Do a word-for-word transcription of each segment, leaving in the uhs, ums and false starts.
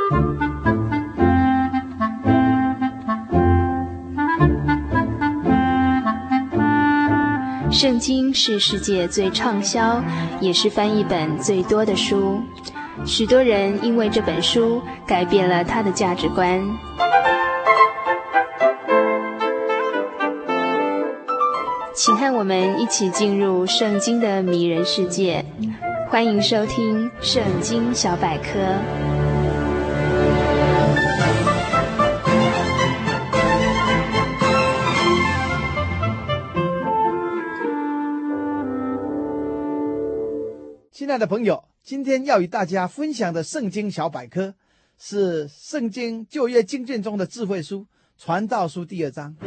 圣经是世界最畅销，也是翻译本最多的书。许多人因为这本书改变了他的价值观。请和我们一起进入圣经的迷人世界，欢迎收听《圣经小百科》。 亲爱的朋友，今天要与大家分享的圣经小百科是圣经旧约经卷中的智慧书传道书第二章。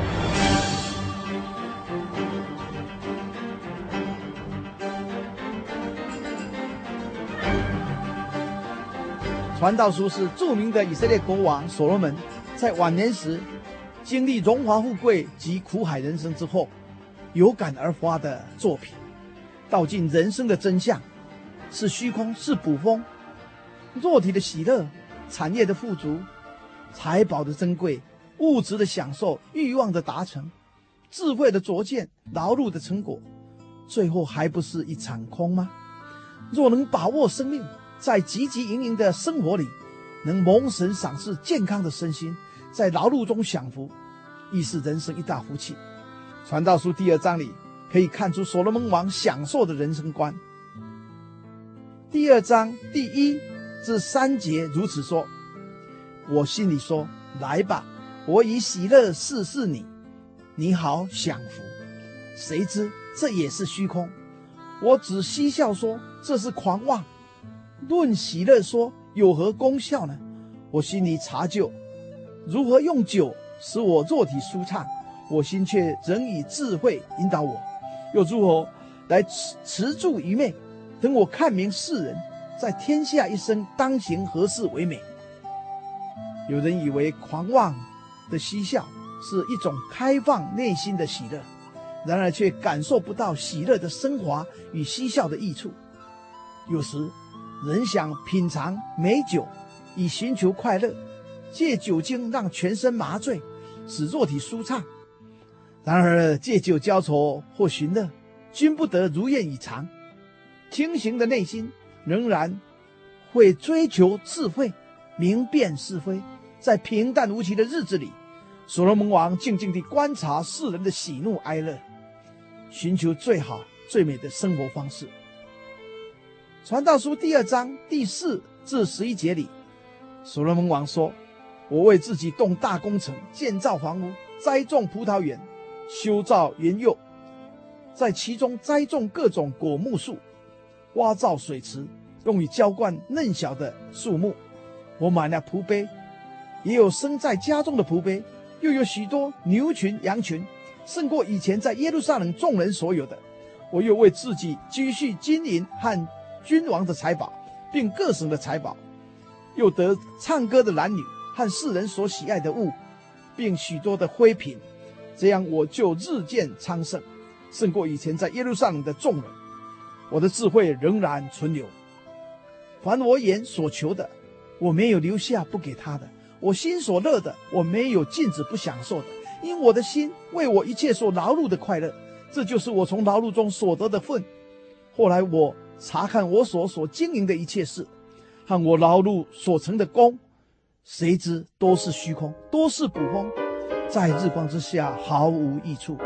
传道书是著名的以色列国王所罗门在晚年时经历荣华富贵及苦海人生之后有感而发的作品，道尽人生的真相，是虚空，是捕风，肉体的喜乐，产业的富足，财宝的珍贵，物质的享受，欲望的达成，智慧的拙见，劳碌的成果，最后还不是一场空吗？若能把握生命，在汲汲营营的生活里，能蒙神赏赐健康的身心，在劳碌中享福，亦是人生一大福气。传道书第二章里可以看出所罗门王享受的人生观。第二章第一至三节如此说：我心里说，来吧，我以喜乐试试你，你好享福。谁知这也是虚空，我只嬉笑说这是狂妄。论喜乐说有何功效呢？我心里查究如何用酒使我肉体舒畅，我心却仍以智慧引导我，又如何来持住愚昧，等我看明世人在天下一生当行何事为美。有人以为狂妄的嬉笑是一种开放内心的喜乐，然而却感受不到喜乐的升华与嬉笑的益处。有时人想品尝美酒以寻求快乐，借酒精让全身麻醉，使肉体舒畅，然而借酒浇愁或寻乐，均不得如愿以偿。清醒的内心仍然会追求智慧，明辨是非。在平淡无奇的日子里，所罗门王静静地观察世人的喜怒哀乐，寻求最好最美的生活方式。传道书第二章第四至十一节里，所罗门王说：我为自己动大工程，建造房屋，栽种葡萄园，修造园囿，在其中栽种各种果木树，挖造水池，用以浇灌嫩小的树木。我买了仆碑，也有生在家中的仆碑，又有许多牛群羊群，胜过以前在耶路撒冷众人所有的。我又为自己积蓄金银和君王的财宝，并各省的财宝，又得唱歌的男女和世人所喜爱的物，并许多的灰品，这样我就日渐昌盛，胜过以前在耶路撒冷的众人。我的智慧仍然存留，凡我眼所求的，我没有留下不给他的；我心所乐的，我没有禁止不享受的。因我的心为我一切所劳碌的快乐，这就是我从劳碌中所得的份。后来我查看我所所经营的一切事，和我劳碌所成的功，谁知都是虚空，都是捕风，在日光之下毫无益处。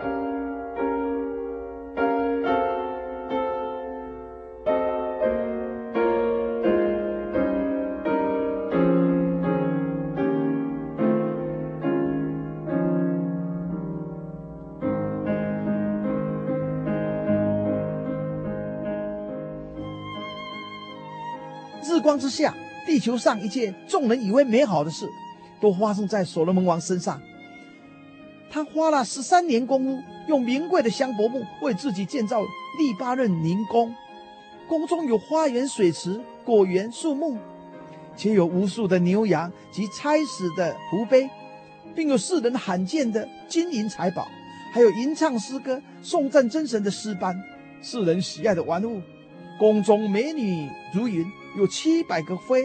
日光之下，地球上一切众人以为美好的事，都发生在所罗门王身上。他花了十三年功夫，用名贵的香柏木为自己建造利巴嫩宁宫，宫中有花园、水池、果园、树木，且有无数的牛羊及差使的仆碑，并有世人罕见的金银财宝，还有吟唱诗歌、颂赞真神的诗班，世人喜爱的玩物。宫中美女如云，有七百个妃，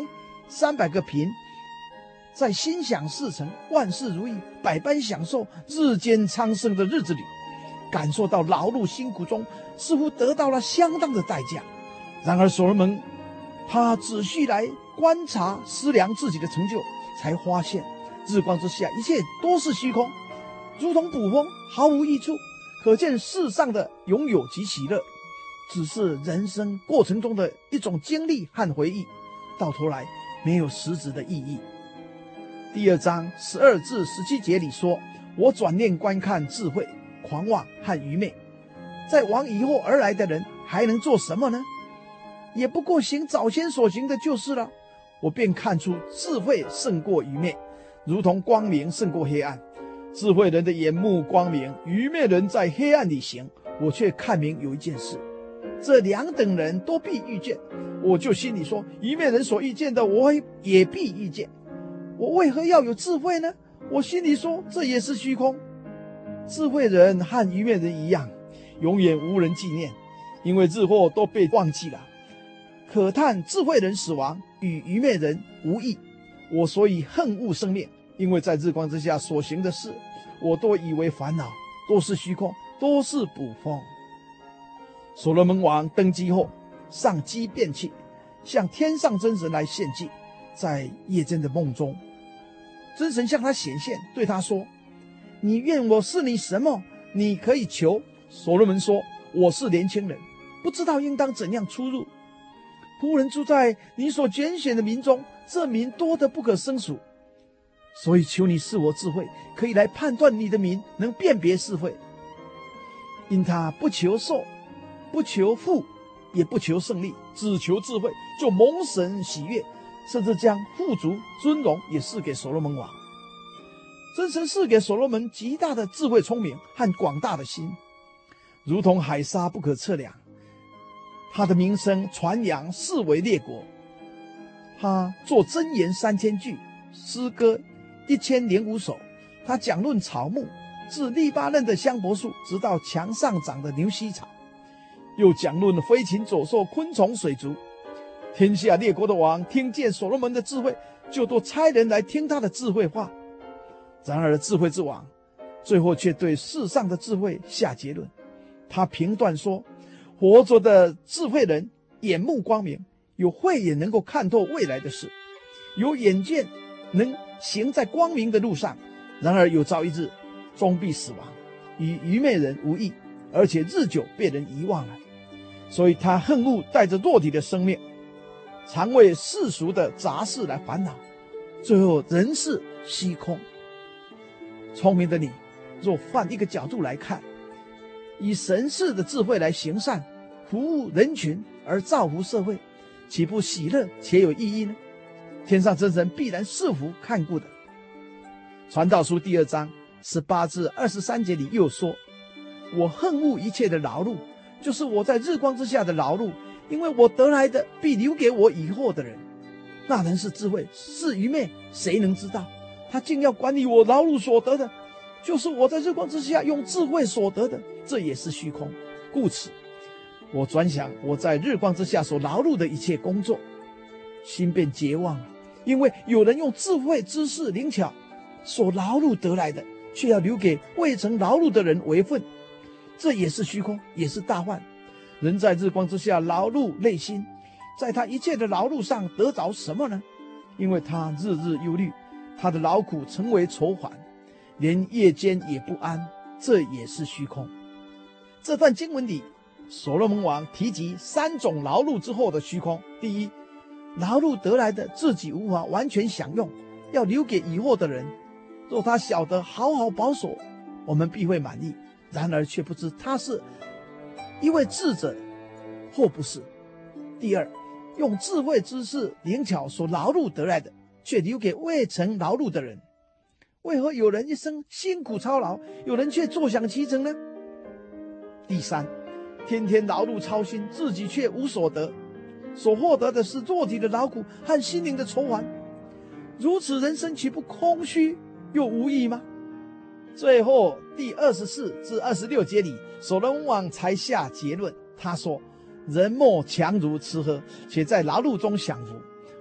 三百个贫，在心想事成、万事如意、百般享受、日渐昌盛的日子里，感受到劳碌辛苦中似乎得到了相当的代价。然而所罗门他仔细来观察思量自己的成就，才发现日光之下一切都是虚空，如同捕风，毫无益处。可见世上的拥有及喜乐只是人生过程中的一种经历和回忆，到头来没有实质的意义。第二章十二至十七节里说，我转念观看智慧、狂妄和愚昧，在往以后而来的人还能做什么呢？也不过行早先所行的就是了。我便看出智慧胜过愚昧，如同光明胜过黑暗。智慧人的眼目光明，愚昧人在黑暗里行。我却看明有一件事，这两等人都必遇见。我就心里说，愚昧人所遇见的，我也必遇见。我为何要有智慧呢？我心里说，这也是虚空。智慧人和愚昧人一样，永远无人纪念，因为日后都被忘记了。可叹智慧人死亡，与愚昧人无异。我所以恨恶生命，因为在日光之下所行的事，我都以为烦恼，都是虚空，都是捕风。所罗门王登基后，上基便器，向天上真神来献祭。在夜间的梦中，真神向他显现，对他说，你愿我是你什么？你可以求。所罗门说，我是年轻人，不知道应当怎样出入。仆人住在你所拣选的民中，这民多得不可胜数，所以求你赐我智慧，可以来判断你的民，能辨别是非。因他不求寿，不求富，也不求胜利，只求智慧，就蒙神喜悦，甚至将富足尊荣也赐给所罗门王。真神赐给所罗门极大的智慧聪明和广大的心，如同海沙不可测量。他的名声传扬四围列国，他作箴言三千句，诗歌一千零五首。他讲论草木，自利巴嫩的香柏树，直到墙上长的牛膝草，又讲论飞禽走兽、昆虫水族。天下列国的王听见所罗门的智慧，就都差人来听他的智慧话。然而智慧之王最后却对世上的智慧下结论。他评断说，活着的智慧人眼目光明，有慧眼能够看透未来的事，有眼见能行在光明的路上。然而有朝一日终必死亡，与愚昧人无异，而且日久被人遗忘了。所以他恨恶带着肉体的生命，常为世俗的杂事来烦恼，最后人是虚空。聪明的你，若换一个角度来看，以神式的智慧来行善，服务人群而造福社会，岂不喜乐且有意义呢？天上真神必然视福看顾的。传道书第二章十八至二十三节里又说，我恨恶一切的劳碌，就是我在日光之下的劳碌，因为我得来的必留给我以后的人。那人是智慧，是愚昧，谁能知道？他竟要管理我劳碌所得的，就是我在日光之下用智慧所得的，这也是虚空。故此我转想我在日光之下所劳碌的一切工作，心便绝望了。因为有人用智慧知识灵巧所劳碌得来的，却要留给未曾劳碌的人为分，这也是虚空，也是大患。人在日光之下劳碌累心，在他一切的劳碌上得着什么呢？因为他日日忧虑，他的劳苦成为愁烦，连夜间也不安，这也是虚空。这段经文里，所罗门王提及三种劳碌之后的虚空。第一，劳碌得来的自己无法完全享用，要留给以后的人。若他晓得好好保守，我们必会满意。然而却不知他是一位智者或不是。第二，用智慧知识灵巧所劳碌得来的，却留给未曾劳碌的人。为何有人一生辛苦操劳，有人却坐享其成呢？第三，天天劳碌操心，自己却无所得，所获得的是肉体的劳苦和心灵的愁烦。如此人生岂不空虚又无益吗？最后第二十四至二十六节里，所罗门王才下结论。他说，人莫强如吃喝，且在劳碌中享福。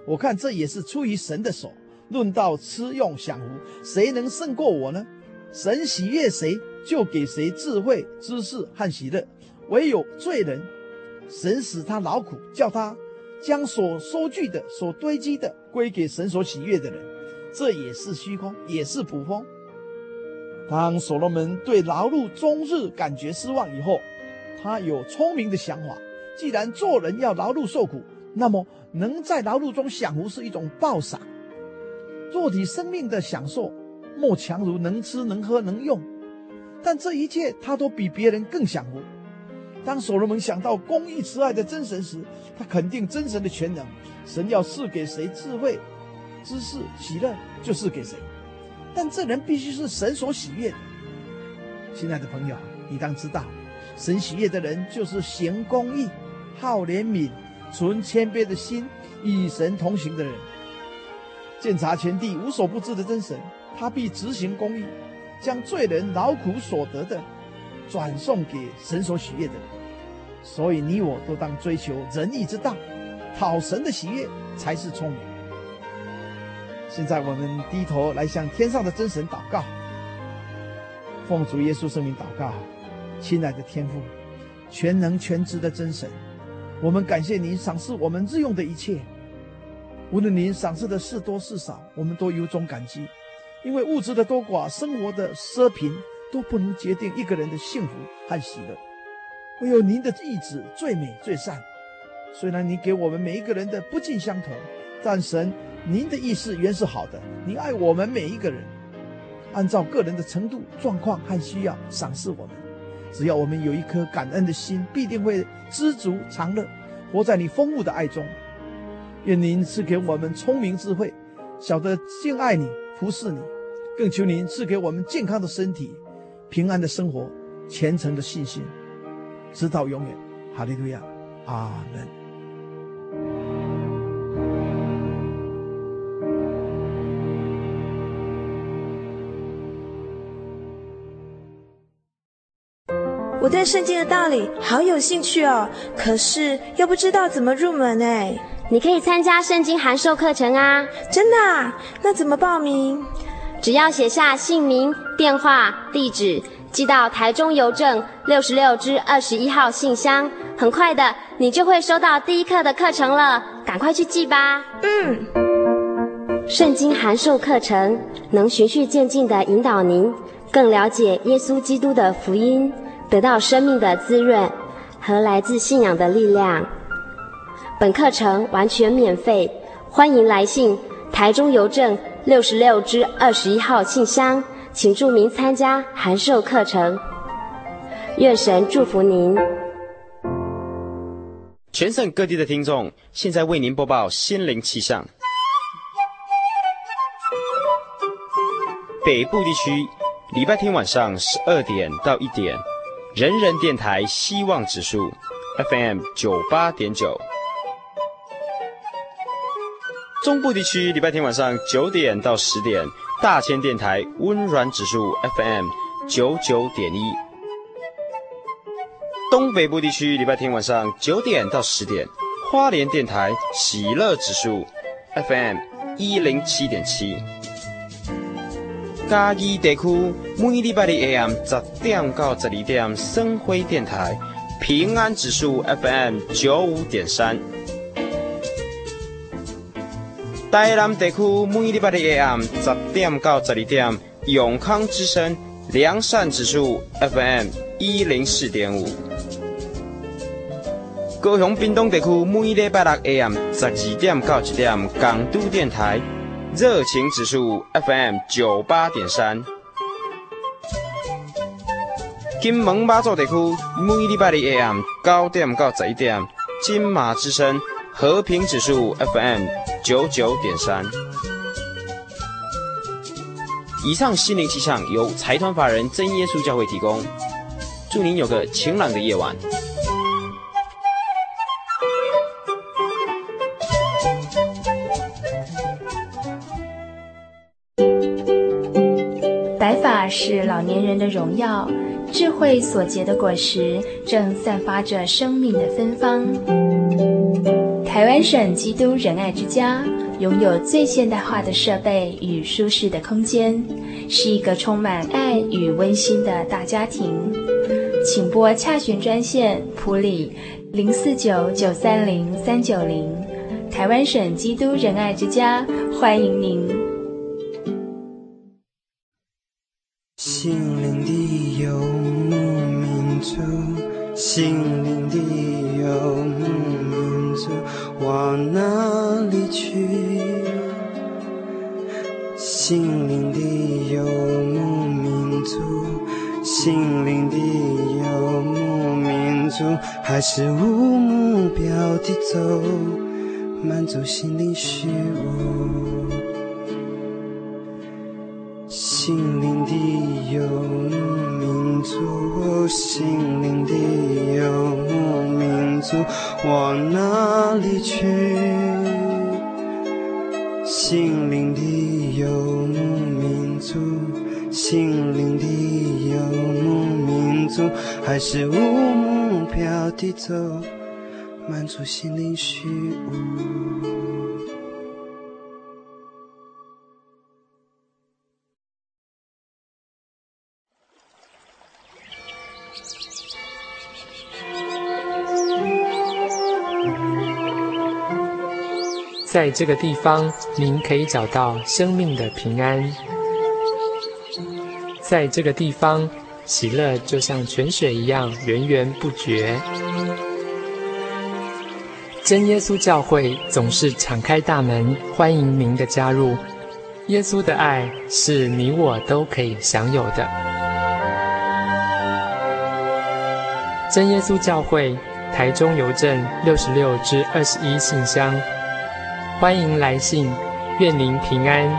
我看这也是出于神的手。论到吃用享福，谁能胜过我呢？神喜悦谁，就给谁智慧、知识和喜乐。唯有罪人，神使他劳苦，叫他将所收据的、所堆积的归给神所喜悦的人，这也是虚空，也是捕风。当所罗门对劳碌终日感觉失望以后，他有聪明的想法。既然做人要劳碌受苦，那么能在劳碌中享福是一种报赏。肉体生命的享受莫强如能吃能喝能用，但这一切他都比别人更享福。当所罗门想到公义慈爱的真神时，他肯定真神的全能，神要赐给谁智慧、知识、喜乐，就赐给谁。但这人必须是神所喜悦的。亲爱的朋友，你当知道，神喜悦的人就是行公义、好怜悯、存谦卑的心、与神同行的人。鉴察全地无所不知的真神，他必执行公义，将罪人劳苦所得的转送给神所喜悦的人。所以你我都当追求仁义之道，讨神的喜悦才是聪明。现在我们低头来向天上的真神祷告，奉主耶稣圣名祷告。亲爱的天父，全能全知的真神，我们感谢您赏赐我们日用的一切，无论您赏赐的是多是少，我们都由衷感激。因为物质的多寡、生活的奢贫都不能决定一个人的幸福和喜乐，唯有您的意志最美最善。虽然您给我们每一个人的不尽相同，但神，您的意思原是好的，您爱我们每一个人，按照个人的程度、状况和需要赏赐我们。只要我们有一颗感恩的心，必定会知足常乐，活在你丰富的爱中。愿您赐给我们聪明智慧，晓得敬爱你、服侍你，更求您赐给我们健康的身体、平安的生活、虔诚的信心，直到永远。哈利路亚，阿门。 我对圣经的道理好有兴趣哦，可是又不知道怎么入门哎。 你可以参加圣经函授课程啊。 真的啊？那怎么报名？ 只要写下姓名、电话、地址，寄到台中邮政六十六支二十一号信箱，很快的你就会收到第一课的课程了，赶快去寄吧。 嗯。 圣经函授课程能循序渐进地引导您更了解耶稣基督的福音，得到生命的滋润和来自信仰的力量。本课程完全免费，欢迎来信台中邮政六十六支二十一号信箱，请注明参加函授课程。愿神祝福您。 全省各地的听众，现在为您播报心灵气象。北部地区礼拜天晚上十二点到一点，人人电台希望指数 F M 九八点九。中部地区礼拜天晚上九点到十点，大千电台温软指数 F M 九九点一。东北部地区礼拜天晚上九点到十点，花莲电台喜乐指数 F M 一零七点七。嘉義地區每禮拜日 A M 十點到十二點，生輝電台平安指數 F M 九五點三。台南地區每禮拜日 A M 十點到十二點，永康之聲良善指數 F M 一零四點五。高雄屏東地區每禮拜六 A M 十二點到一點，港都電台熱情指數 F M 九八點三。金門馬祖地區每禮拜日 A M 九點到十一點，金馬之聲和平指數 F M 九九點三。以上心靈氣象由財團法人真耶穌教會提供，祝您有個晴朗的夜晚。 白发是老年人的荣耀，智慧所结的果实正散发着生命的芬芳。 台湾省基督仁爱之家拥有最现代化的设备与舒适的空间，是一个充满爱与温馨的大家庭。请拨洽询专线埔里零四九九三零三九零，台湾省基督仁爱之家欢迎您。 心灵的游牧民族，心灵的游牧民族，往哪里去？心灵的游牧民族，心灵的游牧民族，还是无目标地走，满足心灵虚无。心灵的游牧民族，心灵的游牧民族，往哪里去？心灵的游牧民族，心灵的游牧民族，还是无目标地走，满足心灵虚无。 在这个地方，您可以找到生命的平安。在这个地方，喜乐就像泉水一样源源不绝。真耶稣教会总是敞开大门，欢迎您的加入。耶稣的爱是你我都可以享有的。真耶稣教会，台中邮政六十六至二十一信箱。欢迎来信，愿您平安。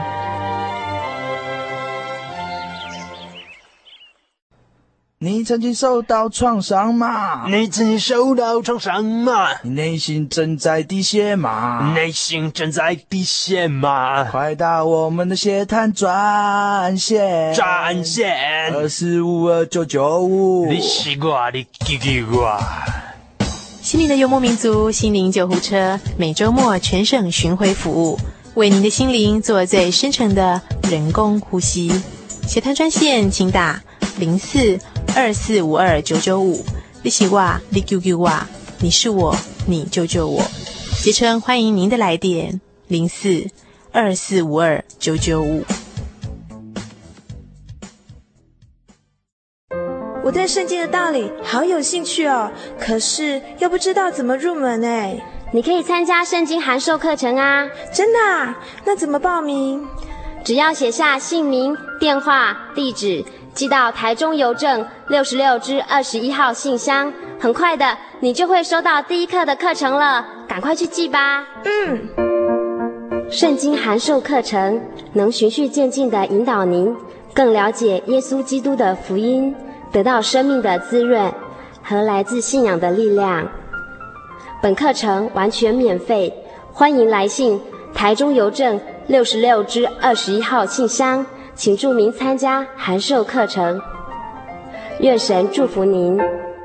你曾经受到创伤吗？ 你曾经受到创伤吗？ 你内心正在滴血吗？ 内心正在滴血吗？ 快打我们的血滩专线， 专线二四五二九九五。 你是我，你记记我。 心灵的游牧民族心灵救护车每周末全省巡回服务，为您的心灵做最深层的人工呼吸。血滩专线请打零四二四五二九九五，你是我，你救救我，你是我，你救救我。捷称欢迎您的来电零四二四五二九九五。 我对圣经的道理好有兴趣哦，可是又不知道怎么入门哎。 你可以参加圣经函授课程啊。 真的啊？那怎么报名？ 只要写下姓名、电话、地址，寄到台中邮政六十六至二十一号信箱，很快的你就会收到第一课的课程了，赶快去寄吧。 嗯。 圣经函授课程能循序渐进地引导您更了解耶稣基督的福音，得到生命的滋润和来自信仰的力量。本课程完全免费，欢迎来信台中邮政六十六至二十一号信箱，请注明参加函授课程。愿神祝福您。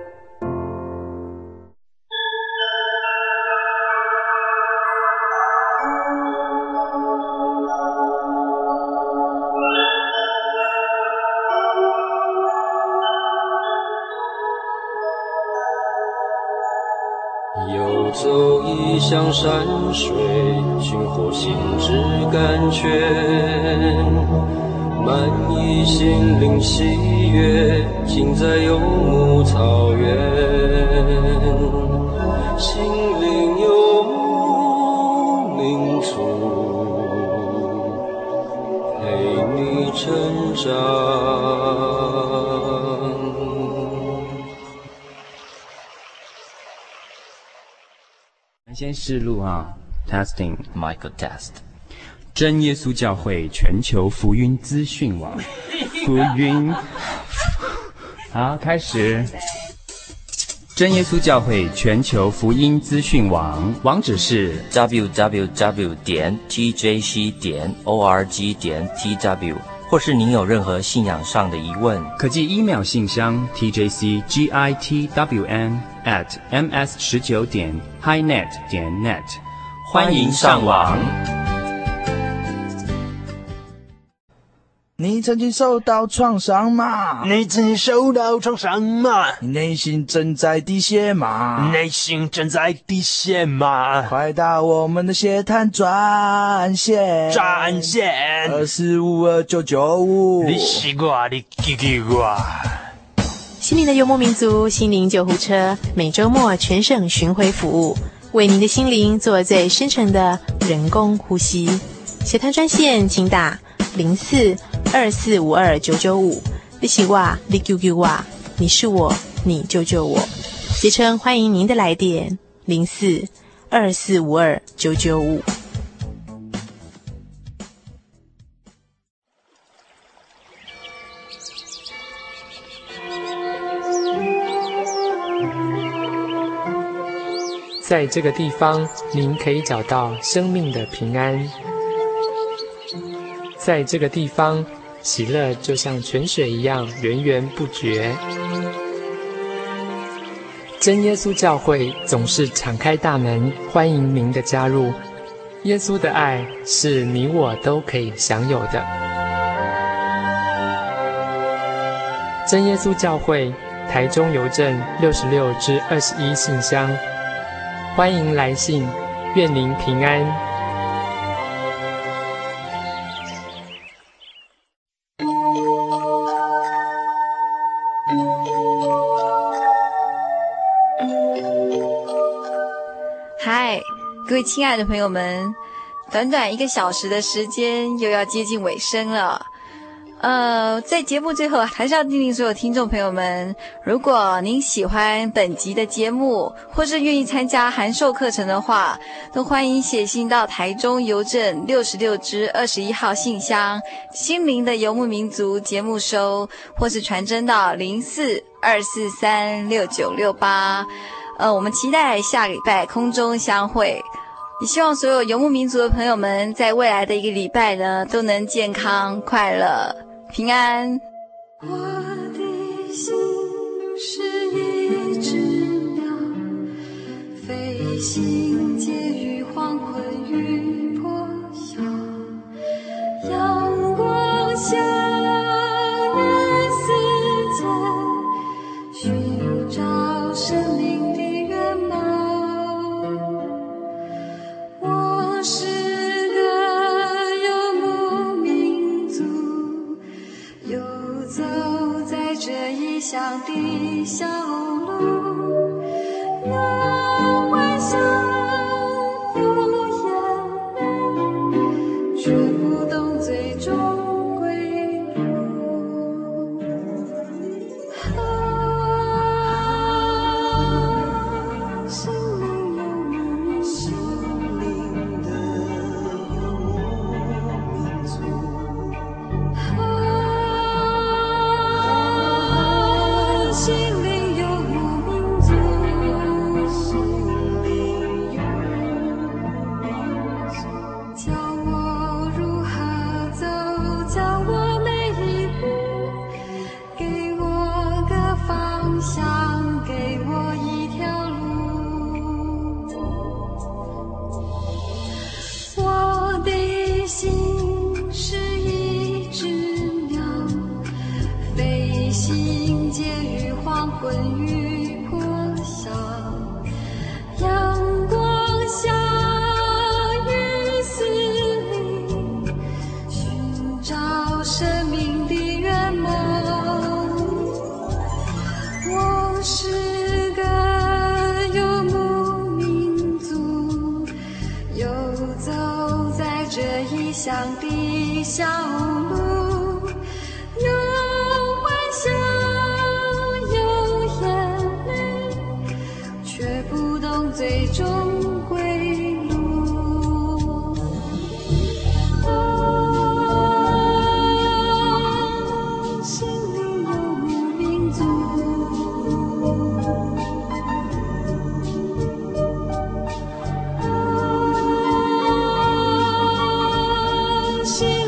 游走异乡山水，寻获心之甘泉，满溢心灵喜悦，尽在游牧草原。心灵游牧民族，陪你成长。 先试录啊 ，testing Michael test。 真耶稣教会全球福音资讯网，福音。好，开始。真耶稣教会全球福音资讯网，网址是 double-u double-u double-u 点 t j c 点 org 点 t w， 或是您有任何信仰上的疑问， 可寄 email 信箱 t j c gitwn at m s 十九点 highnet 点 net， 欢迎上网。 你曾经受到创伤吗？ 你曾经受到创伤吗？ 你内心正在滴血吗？ 内心正在滴血吗？ 快打我们的血滩专线， 专线二四五二九九五。 你西瓜，你叽叽瓜。 心灵的幽默民族，心灵救护车，每周末全省巡回服务，为您的心灵做最深层的人工呼吸。血滩专线，请打零四二四五二九九五。你是我，你救救我，你是我，你救救我。捷称欢迎您的来电零四二四五二九九五。 在这个地方，您可以找到生命的平安。在这个地方，喜乐就像泉水一样源源不绝。真耶稣教会总是敞开大门，欢迎您的加入。耶稣的爱是你我都可以享有的。真耶稣教会台中邮政六十六至二十一信箱，欢迎来信，愿您平安。 嗨，各位亲爱的朋友们，短短一个小时的时间又要接近尾声了。呃，在节目最后还是要叮咛所有听众朋友们，如果您喜欢本集的节目，或是愿意参加函授课程的话，都欢迎写信到台中邮政六十六支二十一号信箱，心灵的游牧民族节目收，或是传真到零四二四三六九六八。呃，我们期待下礼拜空中相会。也希望所有游牧民族的朋友们，在未来的一个礼拜呢，都能健康、快乐、平安。 我的心是一只鸟，飞行介于黄昏与破晓，阳光下人世间，寻找生命的原貌。我是个游牧民族，游走在这异乡的小路，有欢笑，有眼泪，却不懂最终归路。啊，心灵游牧民族，心灵游牧民族，教我如何走，教我每一步，给我个方向，给我一条路。我的心是一只鸟，飞行介于黄昏与破晓，阳光下雨丝里，寻找生命的原貌。我是个游牧民族，游走在这异乡的小路，有欢笑，有眼泪，却不懂最终归路。啊，心灵游牧民族，啊，心